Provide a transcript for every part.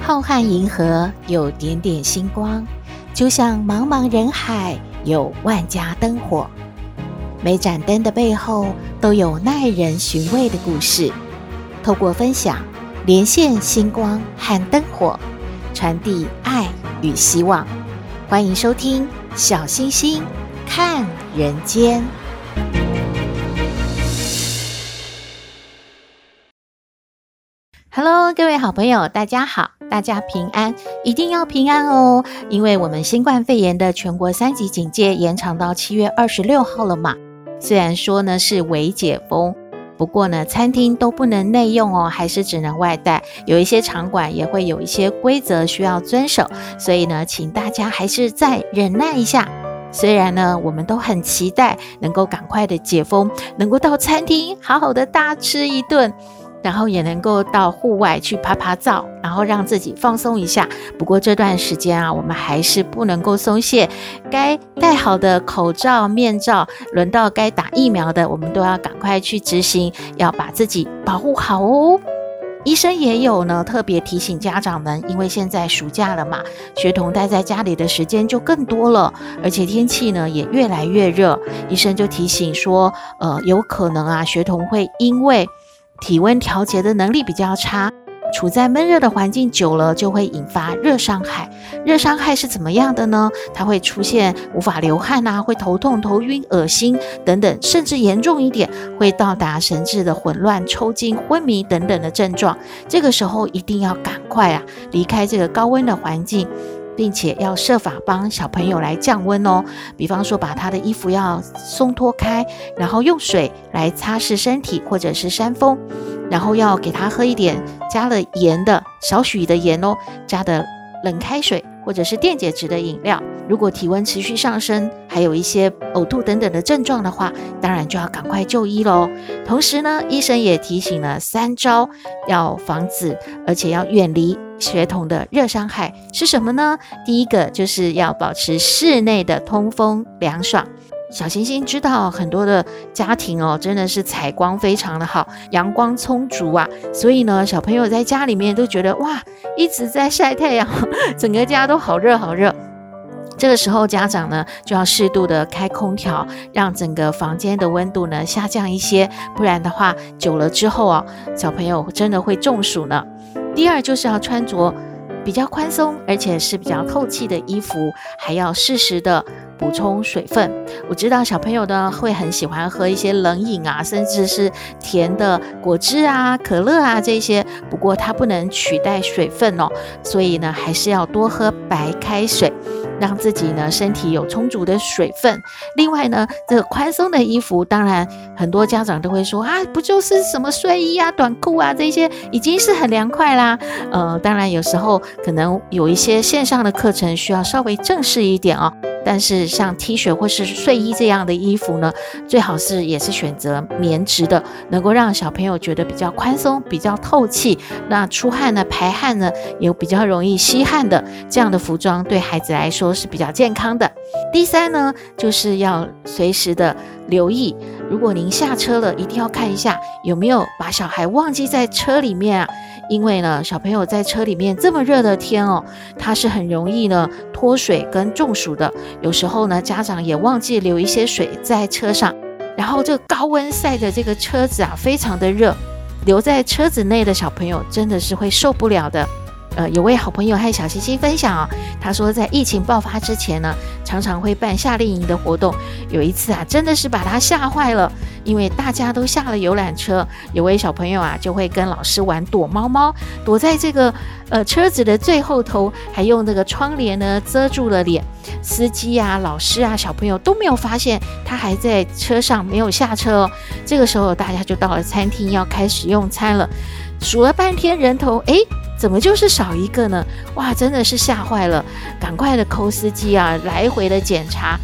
浩瀚银河有点点星光，就像茫茫人海有万家灯火。每盏灯的背后都有耐人寻味的故事，透过分享连线星光和灯火，传递爱与希望。欢迎收听小星星看人间。Hello， 各位好朋友，大家好，大家平安，一定要平安哦！因为我们新冠肺炎的全国3级警戒延长到7月26号了嘛。虽然说呢是微解封，不过呢餐厅都不能内用哦，还是只能外带。有一些场馆也会有一些规则需要遵守，所以呢，请大家还是再忍耐一下。虽然呢，我们都很期待能够赶快的解封，能够到餐厅好好的大吃一顿。然后也能够到户外去爬爬灶，然后让自己放松一下。不过这段时间啊，我们还是不能够松懈，该戴好的口罩、面罩，轮到该打疫苗的，我们都要赶快去执行，要把自己保护好哦。医生也有呢，特别提醒家长们，因为现在暑假了嘛，学童待在家里的时间就更多了，而且天气呢也越来越热，医生就提醒说，有可能啊，学童会因为体温调节的能力比较差，处在闷热的环境久了，就会引发热伤害。热伤害是怎么样的呢？它会出现无法流汗啊，会头痛、头晕、恶心等等，甚至严重一点，会到达神志的混乱、抽筋、昏迷等等的症状。这个时候一定要赶快离开这个高温的环境，并且要设法帮小朋友来降温哦。比方说把他的衣服要松脱开，然后用水来擦拭身体或者是扇风，然后要给他喝一点加了盐的少许的盐哦，加的冷开水或者是电解质的饮料。如果体温持续上升，还有一些呕吐等等的症状的话，当然就要赶快就医咯。同时呢，医生也提醒了3招要防止，而且要远离学童的热伤害是什么呢？第一个就是要保持室内的通风凉爽。小星星知道很多的家庭真的是采光非常的好，阳光充足啊，所以呢，小朋友在家里面都觉得哇，一直在晒太阳，整个家都好热好热。这个时候家长呢就要适度的开空调，让整个房间的温度呢下降一些，不然的话久了之后小朋友真的会中暑呢。第二就是要穿着比较宽松而且是比较透气的衣服，还要适时的补充水分。我知道小朋友呢会很喜欢喝一些冷饮啊，甚至是甜的果汁啊、可乐啊这些，不过它不能取代水分所以呢还是要多喝白开水，让自己呢身体有充足的水分。另外呢，这个宽松的衣服，当然很多家长都会说不就是什么睡衣啊、短裤啊这些已经是很凉快啦。当然有时候可能有一些线上的课程需要稍微正式一点但是像 T 恤或是睡衣这样的衣服呢，最好是也是选择棉质的，能够让小朋友觉得比较宽松、比较透气，那出汗呢、排汗呢也比较容易吸汗的，这样的服装对孩子来说是比较健康的。第三呢，就是要随时的留意，如果您下车了，一定要看一下有没有把小孩忘记在车里面因为呢，小朋友在车里面这么热的天他是很容易呢脱水跟中暑的。有时候呢，家长也忘记留一些水在车上，然后这个高温晒的这个车子非常的热，留在车子内的小朋友真的是会受不了的。有位好朋友和小星星分享他说在疫情爆发之前呢，常常会办夏令营的活动。有一次真的是把他吓坏了，因为大家都下了游览车，有位小朋友就会跟老师玩躲猫猫，躲在这个车子的最后头，还用这个窗帘呢遮住了脸。司机老师小朋友都没有发现他还在车上没有下车这个时候大家就到了餐厅要开始用餐了，数了半天人头怎么就是少一个呢？哇，真的是吓坏了，赶快的扣司机来回的检查，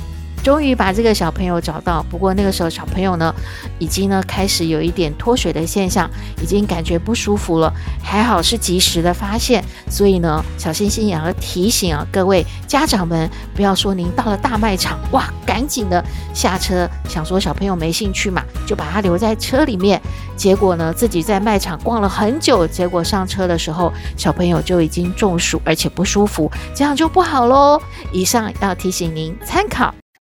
终于把这个小朋友找到。不过那个时候小朋友呢，已经呢开始有一点脱水的现象，已经感觉不舒服了。还好是及时的发现，所以呢，小星星也要提醒各位家长们，不要说您到了大卖场，哇，赶紧的下车，想说小朋友没兴趣嘛，就把他留在车里面。结果呢，自己在卖场逛了很久，结果上车的时候，小朋友就已经中暑，而且不舒服，这样就不好咯。以上要提醒您参考。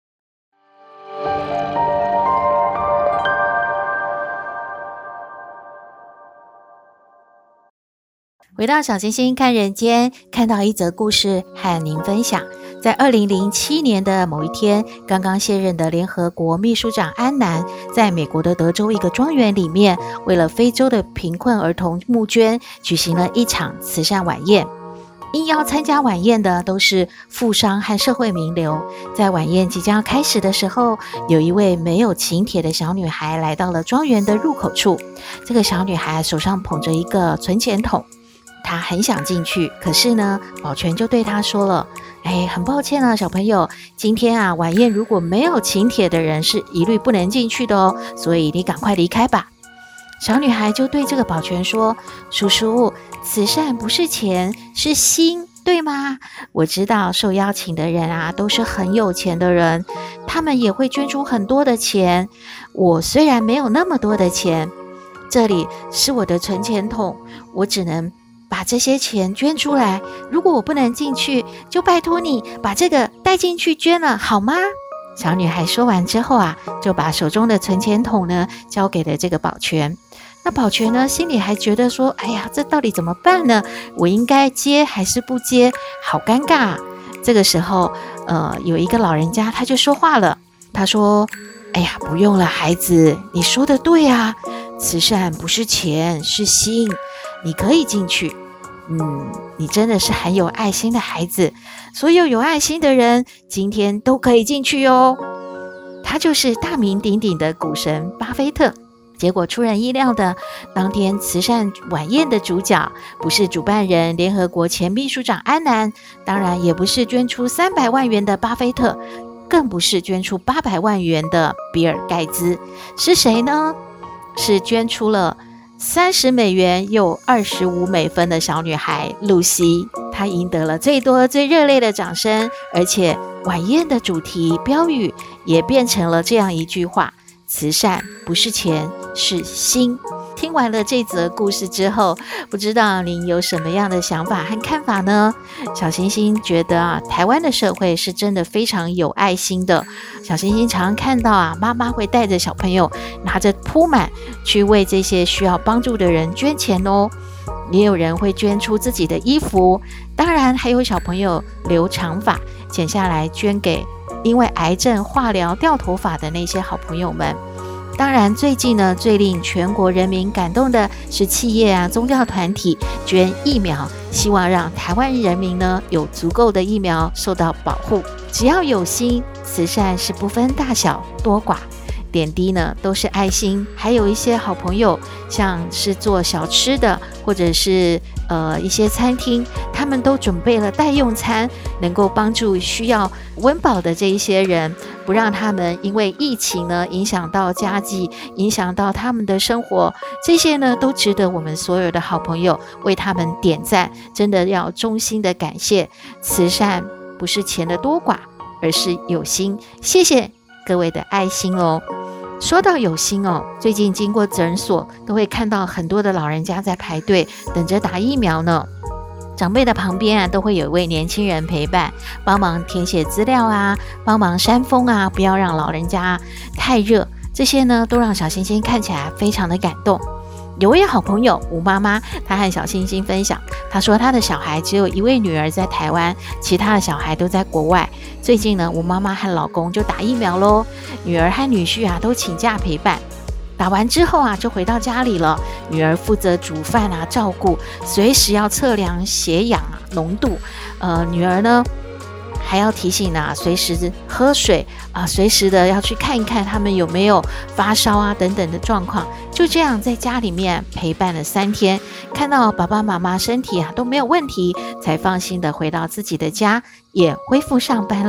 回到小星星看人间，看到一则故事和您分享。在2007年的某一天，刚刚卸任的联合国秘书长安南，在美国的德州一个庄园里面，为了非洲的贫困儿童募捐，举行了一场慈善晚宴。应邀参加晚宴的都是富商和社会名流。在晚宴即将开始的时候，有一位没有请帖的小女孩来到了庄园的入口处。这个小女孩手上捧着一个存钱筒，她很想进去，可是呢，保全就对她说了，很抱歉啊，小朋友，今天晚宴如果没有请帖的人是一律不能进去的哦，所以你赶快离开吧。小女孩就对这个保全说，叔叔，慈善不是钱，是心，对吗？我知道受邀请的人都是很有钱的人，他们也会捐出很多的钱。我虽然没有那么多的钱，这里是我的存钱筒，我只能把这些钱捐出来，如果我不能进去，就拜托你把这个带进去捐了，好吗？小女孩说完之后就把手中的存钱筒呢交给了这个保全。那保全呢心里还觉得说，哎呀，这到底怎么办呢？我应该接还是不接？好尴尬。这个时候有一个老人家他就说话了，他说，哎呀，不用了，孩子，你说的对啊，慈善不是钱，是心，你可以进去。你真的是很有爱心的孩子，所有有爱心的人今天都可以进去哦。他就是大名鼎鼎的股神巴菲特。结果出人意料的，当天慈善晚宴的主角不是主办人联合国前秘书长安南，当然也不是捐出300万元的巴菲特，更不是捐出800万元的比尔盖茨，是谁呢？是捐出了30美元又25美分的小女孩露西。她赢得了最多最热烈的掌声，而且晚宴的主题标语也变成了这样一句话，慈善不是钱，是心。听完了这则故事之后，不知道您有什么样的想法和看法呢？小星星觉得台湾的社会是真的非常有爱心的。小星星常看到妈妈会带着小朋友拿着铺满去为这些需要帮助的人捐钱哦。也有人会捐出自己的衣服，当然还有小朋友留长发剪下来捐给因为癌症化疗掉头发的那些好朋友们。当然最近呢，最令全国人民感动的是企业宗教团体捐疫苗，希望让台湾人民呢有足够的疫苗受到保护。只要有心，慈善是不分大小多寡，点滴呢都是爱心。还有一些好朋友，像是做小吃的，或者是一些餐厅，他们都准备了代用餐，能够帮助需要温饱的这一些人，不让他们因为疫情呢影响到家计，影响到他们的生活。这些呢都值得我们所有的好朋友为他们点赞，真的要衷心的感谢。慈善不是钱的多寡，而是有心。谢谢各位的爱心哦。说到有心最近经过诊所都会看到很多的老人家在排队等着打疫苗呢。长辈的旁边都会有一位年轻人陪伴，帮忙填写资料帮忙扇风不要让老人家太热。这些呢都让小星星看起来非常的感动。有位好朋友吴妈妈，她和小星星分享，她说她的小孩只有一位女儿在台湾，其他的小孩都在国外。最近呢，吴妈妈和老公就打疫苗咯，女儿和女婿都请假陪伴。打完之后就回到家里了，女儿负责煮饭照顾，随时要测量血氧浓度。女儿呢还要提醒随时喝水随时的要去看一看他们有没有发烧等等的状况。就这样在家里面陪伴了3天，看到爸爸妈妈身体都没有问题，才放心的回到自己的家，也恢复上班了。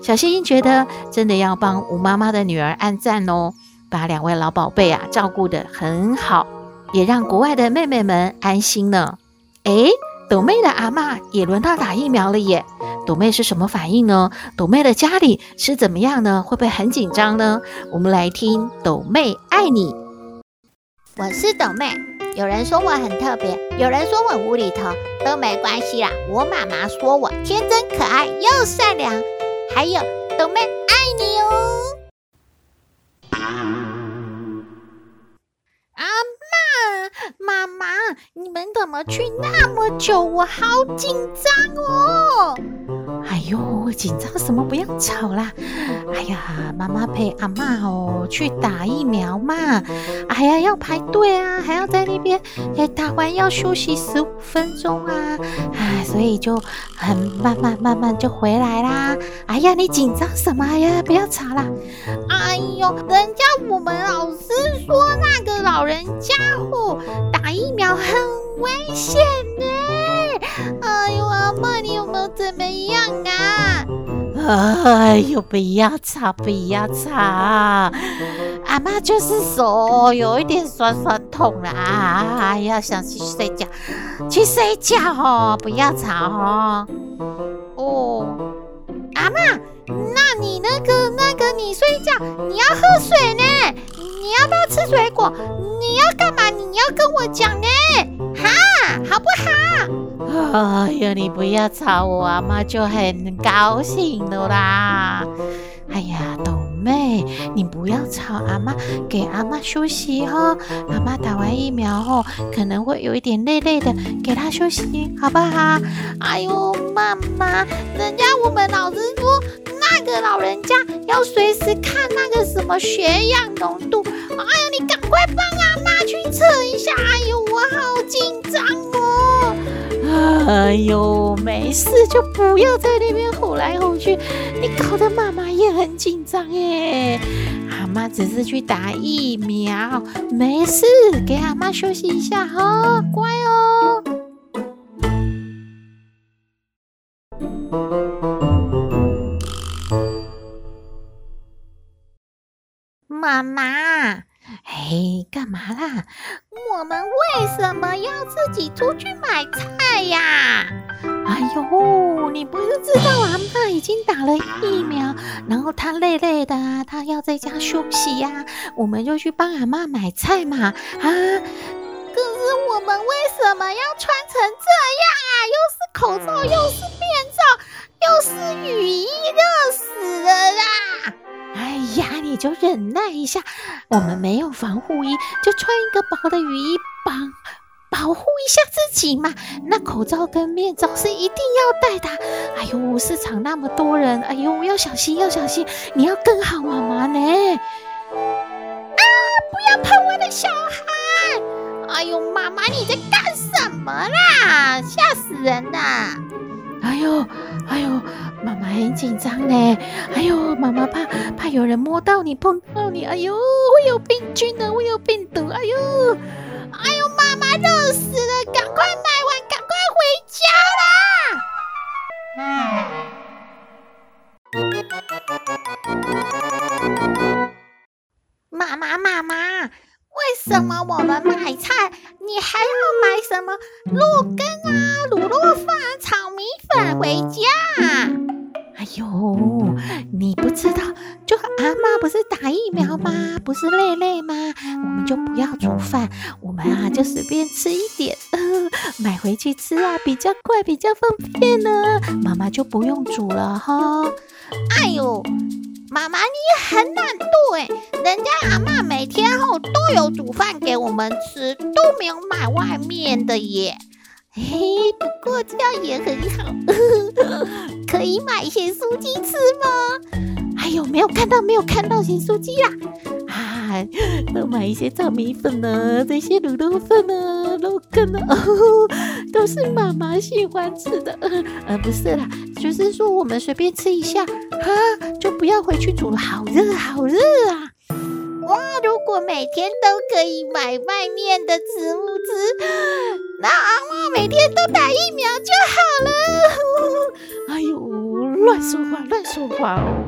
小星星觉得真的要帮吴妈妈的女儿按赞哦，把2位老宝贝啊照顾得很好，也让国外的妹妹们安心呢。诶，斗妹的阿嬷也轮到打疫苗了耶，斗妹是什么反应呢？斗妹的家里是怎么样呢？会不会很紧张呢？我们来听斗妹爱你。 我是斗妹，有人说我很特别，有人说我无厘头，都没关系啦。我妈妈说我天真可爱又善良，还有斗妹爱你哦。妈妈，你们怎么去那么久？我好紧张哦！ 哎呦，紧张什么？不要吵啦！哎呀，妈妈陪阿嬷去打疫苗嘛。哎呀，要排队啊，还要在那边打完要休息15分钟啊。所以就很慢慢就回来啦。哎呀，你紧张什么呀？不要吵啦！ 哎呦，人家我们老师说那个老人家打疫苗很危险呢。哎呦，阿嬷，你有没有怎么样啊？ 哎呦，不要吵，不要吵！阿嬷就是手有一点酸痛啦，哎呀，想去睡觉，去睡觉哦，不要吵哦。阿嬷，那你那个你睡觉，你要喝水呢，你要不要吃水果？你要干嘛？你要跟我讲呢，哈，好不好？ 哎呀，你不要吵我，阿嬷就很高兴的啦。哎呀，斗妹，你不要吵阿嬷，给阿嬷休息哦。阿嬷打完疫苗可能会有一点累累的，给她休息，好不好？ 哎呦，妈妈，人家我们老师说那个老人家要随时看那个什么血氧浓度。哎呀，你赶快帮阿嬷去测一下。哎呦，我好紧张哦。 哎呦，没事，就不要在那边吼来吼去，你搞得妈妈也很紧张耶。阿嬷只是去打疫苗，没事，给阿嬷休息一下哈，乖哦。 妈妈， 干嘛啦？ 我们为什么要自己出去买菜呀？ 哎呦，你不是知道阿嬷已经打了疫苗，然后她累累的啊，她要在家休息呀，我们就去帮阿嬷买菜嘛。 可是我们为什么要穿成这样啊？又是口罩，又是面罩，又是雨衣，热死了啦！ 哎呀，你就忍耐一下，我们没有防护衣，就穿一个薄的雨衣保护一下自己嘛。那口罩跟面罩是一定要戴的。哎呦，市场那么多人，哎呦，要小心，你要跟好妈妈呢。 不要碰我的小孩！哎呦，妈妈你在干什么啦？吓死人啦！ 哎呦，妈妈很紧张呢。哎呦，妈妈怕有人摸到你、碰到你。哎呦，会有病菌呢，会有病毒。哎呦， 妈妈热死了，赶快买完，赶快回家啦！妈妈，为什么我们买菜，你还要买什么肉羹啊、卤肉饭、炒米粉回家？ 哎呦，你不知道，就阿嬷不是打疫苗吗？不是累吗？我们就不要煮饭，我们就随便吃一点，买回去吃啊，比较快，比较方便呢。妈妈就不用煮了哈。 哎呦，妈妈你很懒惰人家阿嬷每天都有煮饭给我们吃，都没有买外面的耶。不过这样也很好，可以买咸酥鸡吃吗？ 哎呦，没有看到咸酥鸡啦！都买一些炒米粉呢，这些卤肉饭呢，肉羹呢，都是妈妈喜欢吃的。不是啦，就是说我们随便吃一下，就不要回去煮了，好热啊！ 哇，如果每天都可以买外面的植物吃，那阿嬷每天都打疫苗就好了。 哎呦， 乱说话哦。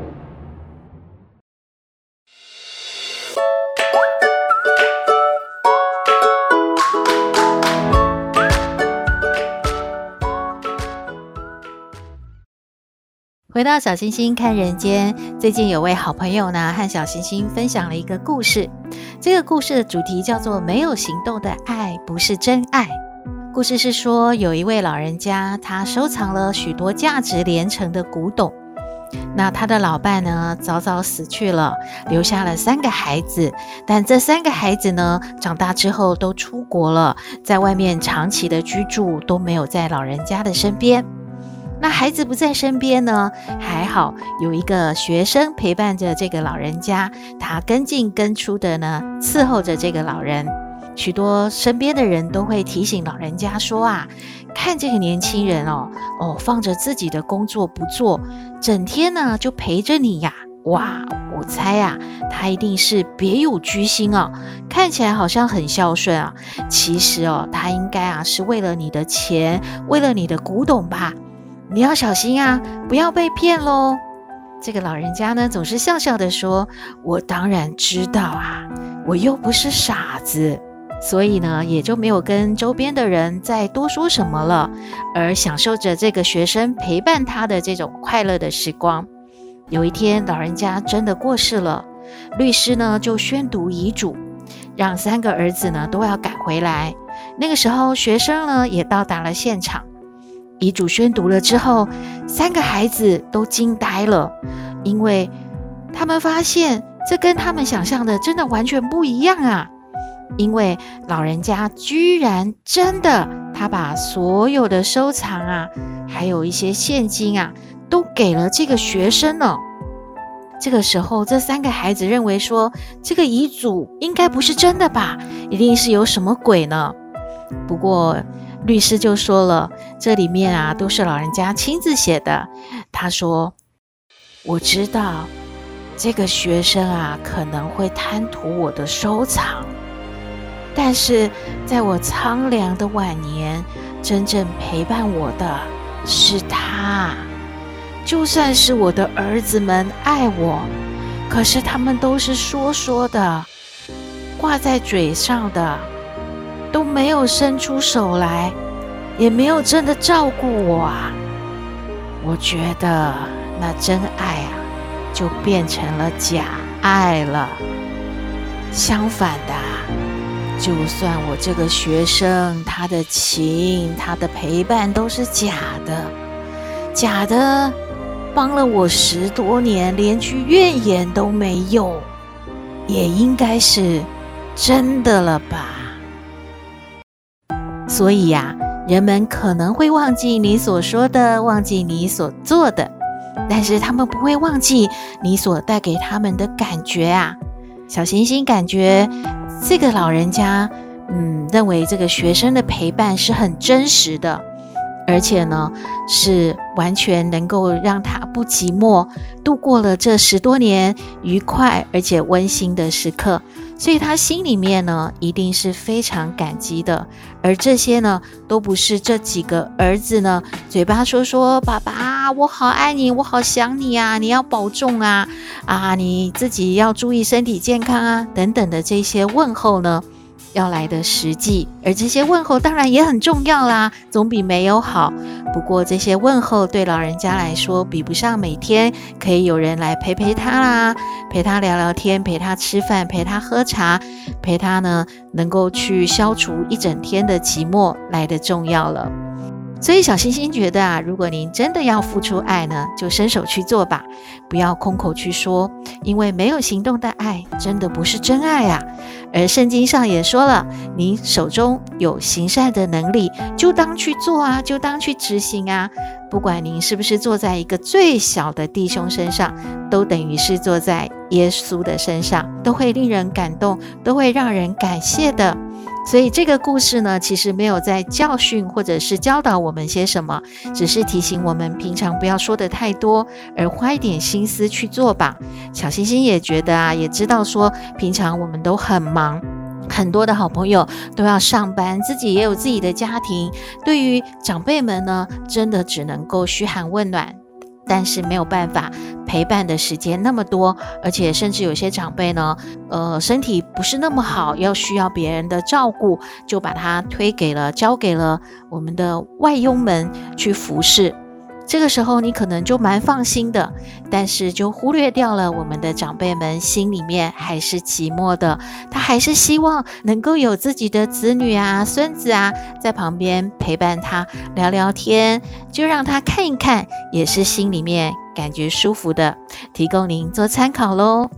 回到小星星看人间，最近有位好朋友呢和小星星分享了一个故事。这个故事的主题叫做没有行动的爱不是真爱。故事是说，有一位老人家，他收藏了许多价值连城的古董。那他的老伴呢早早死去了，留下了3个孩子，但这3个孩子呢长大之后都出国了，在外面长期的居住，都没有在老人家的身边。那孩子不在身边呢，还好有一个学生陪伴着这个老人家，他跟进跟出的呢伺候着这个老人。许多身边的人都会提醒老人家说啊，看这个年轻人放着自己的工作不做，整天呢就陪着你呀。哇，我猜啊，他一定是别有居心哦，看起来好像很孝顺啊，其实他应该啊是为了你的钱，为了你的古董吧。你要小心啊，不要被骗咯。这个老人家呢总是笑笑的说，我当然知道啊，我又不是傻子。所以呢也就没有跟周边的人再多说什么了，而享受着这个学生陪伴他的这种快乐的时光。有一天老人家真的过世了，律师呢就宣读遗嘱，让3个儿子呢都要赶回来。那个时候学生呢也到达了现场。遗嘱宣读了之后，3个孩子都惊呆了，因为他们发现这跟他们想象的真的完全不一样啊。因为老人家居然真的他把所有的收藏啊，还有一些现金啊，都给了这个学生了。这个时候这3个孩子认为说，这个遗嘱应该不是真的吧，一定是有什么鬼呢。不过律师就说了，这里面啊都是老人家亲自写的。他说，我知道这个学生啊可能会贪图我的收藏，但是在我苍凉的晚年，真正陪伴我的是他。就算是我的儿子们爱我，可是他们都是说的，挂在嘴上的，都没有伸出手来，也没有真的照顾我啊。我觉得那真爱啊就变成了假爱了。相反的啊，就算我这个学生，他的情，他的陪伴都是假的，帮了我10多年，连句怨言都没有，也应该是真的了吧。所以呀，人们可能会忘记你所说的，忘记你所做的，但是他们不会忘记你所带给他们的感觉啊。小星星感觉这个老人家认为这个学生的陪伴是很真实的，而且呢是完全能够让他不寂寞，度过了这10多年愉快而且温馨的时刻，所以他心里面呢一定是非常感激的。而这些呢都不是这几个儿子呢嘴巴说爸爸我好爱你，我好想你啊，你要保重啊，你自己要注意身体健康啊等等的这些问候呢要来的实际。而这些问候当然也很重要啦，总比没有好。不过这些问候对老人家来说比不上每天可以有人来陪他啦，陪他聊聊天，陪他吃饭，陪他喝茶，陪他呢能够去消除一整天的寂寞来的重要了。所以小星星觉得啊，如果您真的要付出爱呢，就伸手去做吧，不要空口去说，因为没有行动的爱真的不是真爱啊。而圣经上也说了，你手中有行善的能力，就当去做啊，就当去执行啊。不管您是不是坐在一个最小的弟兄身上，都等于是坐在耶稣的身上，都会令人感动，都会让人感谢的。所以这个故事呢，其实没有在教训或者是教导我们些什么，只是提醒我们平常不要说的太多，而花一点心思去做吧。小星星也觉得啊，也知道说平常我们都很忙，很多的好朋友都要上班，自己也有自己的家庭，对于长辈们呢，真的只能够嘘寒问暖， 但是没有办法陪伴的时间那么多，而且甚至有些长辈呢，身体不是那么好，需要别人的照顾，就把他交给了我们的外佣们去服侍。这个时候你可能就蛮放心的，但是就忽略掉了我们的长辈们心里面还是寂寞的，他还是希望能够有自己的子女啊、孙子啊在旁边陪伴他聊聊天，就让他看一看，也是心里面感觉舒服的，提供您做参考咯。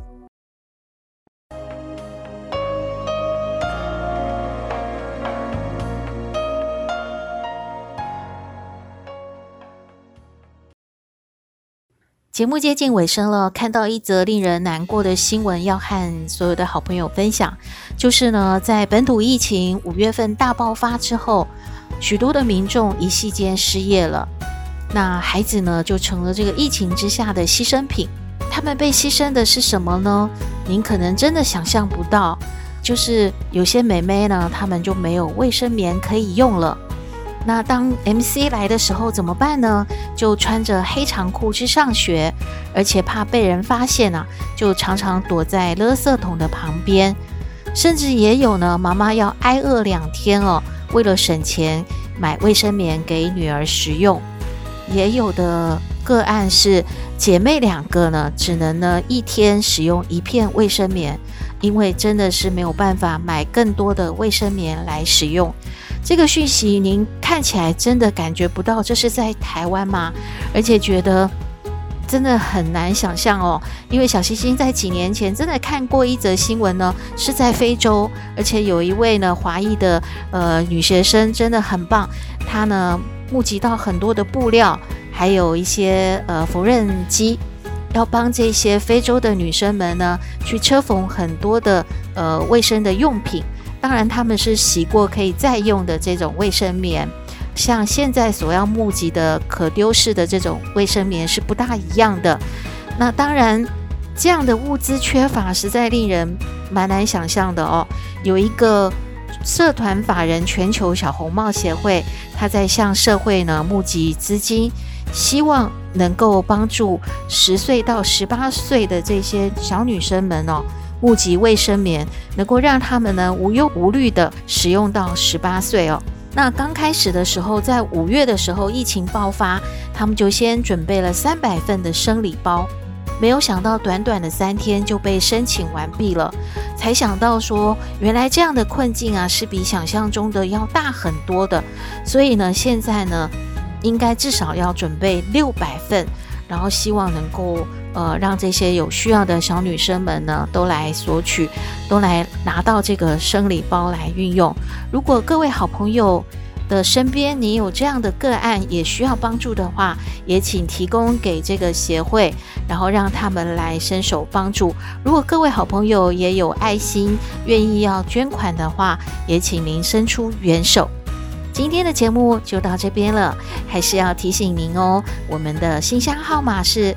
节目接近尾声了，看到一则令人难过的新闻要和所有的好朋友分享，就是呢，在本土疫情5月份大爆发之后，许多的民众一夕间失业了，那孩子呢就成了这个疫情之下的牺牲品。他们被牺牲的是什么呢？您可能真的想象不到，就是有些妹妹呢，她们就没有卫生棉可以用了。那当 MC 来的时候怎么办呢？就穿着黑长裤去上学，而且怕被人发现啊，就常常躲在垃圾桶的旁边，甚至也有呢妈妈要挨饿2天哦，为了省钱买卫生棉给女儿食用。也有的个案是姐妹2个呢，只能呢1天使用1片卫生棉，因为真的是没有办法买更多的卫生棉来使用。这个讯息您看起来真的感觉不到这是在台湾吗？而且觉得真的很难想象哦，因为小星星在几年前真的看过一则新闻呢，是在非洲，而且有一位呢华裔的女学生真的很棒，她呢募集到很多的布料，还有一些缝纫机，要帮这些非洲的女生们呢去车缝很多的卫生的用品。当然他们是洗过可以再用的这种卫生棉，像现在所要募集的可丢式的这种卫生棉是不大一样的。那当然这样的物资缺乏实在令人蛮难想象的哦。有一个社团法人全球小红帽协会，他在向社会呢募集资金，希望能够帮助10岁到18岁的这些小女生们哦，募集卫生棉，能够让他们呢无忧无虑的使用到18岁哦。那刚开始的时候，在5月的时候疫情爆发，他们就先准备了300份的生理包，没有想到短短的3天就被申请完毕了，才想到说原来这样的困境啊是比想象中的要大很多的，所以呢现在呢应该至少要准备600份，然后希望能够让这些有需要的小女生们呢都来索取，都来拿到这个生理包来运用。如果各位好朋友的身边你有这样的个案也需要帮助的话，也请提供给这个协会，然后让他们来伸手帮助。如果各位好朋友也有爱心愿意要捐款的话，也请您伸出援手。今天的节目就到这边了，还是要提醒您哦，我们的信箱号码是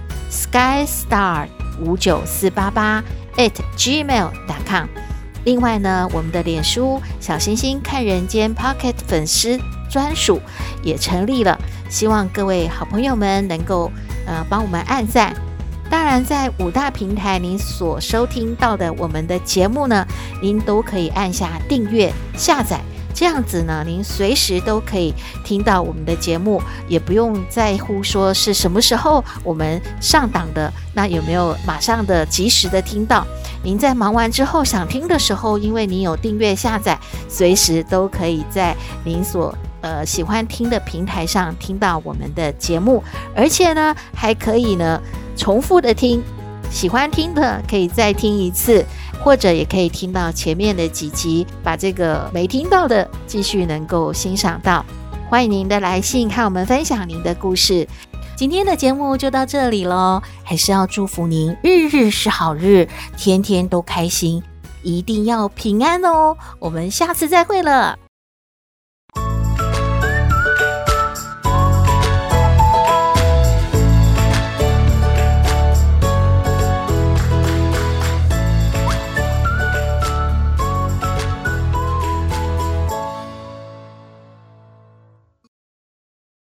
skystar59488@gmail.com。 另外呢，我们的脸书小星星看人间 Pocket 粉丝专属也成立了，希望各位好朋友们能够帮我们按赞。当然在5大平台您所收听到的我们的节目呢，您都可以按下订阅下载，这样子呢您随时都可以听到我们的节目，也不用在乎说是什么时候我们上档的，那有没有马上的及时的听到。您在忙完之后想听的时候，因为您有订阅下载，随时都可以在您所喜欢听的平台上听到我们的节目，而且呢还可以呢重复的听，喜欢听的可以再听一次，或者也可以听到前面的几集，把这个没听到的继续能够欣赏到。欢迎您的来信和我们分享您的故事。今天的节目就到这里咯，还是要祝福您日日是好日，天天都开心，一定要平安哦。我们下次再会了。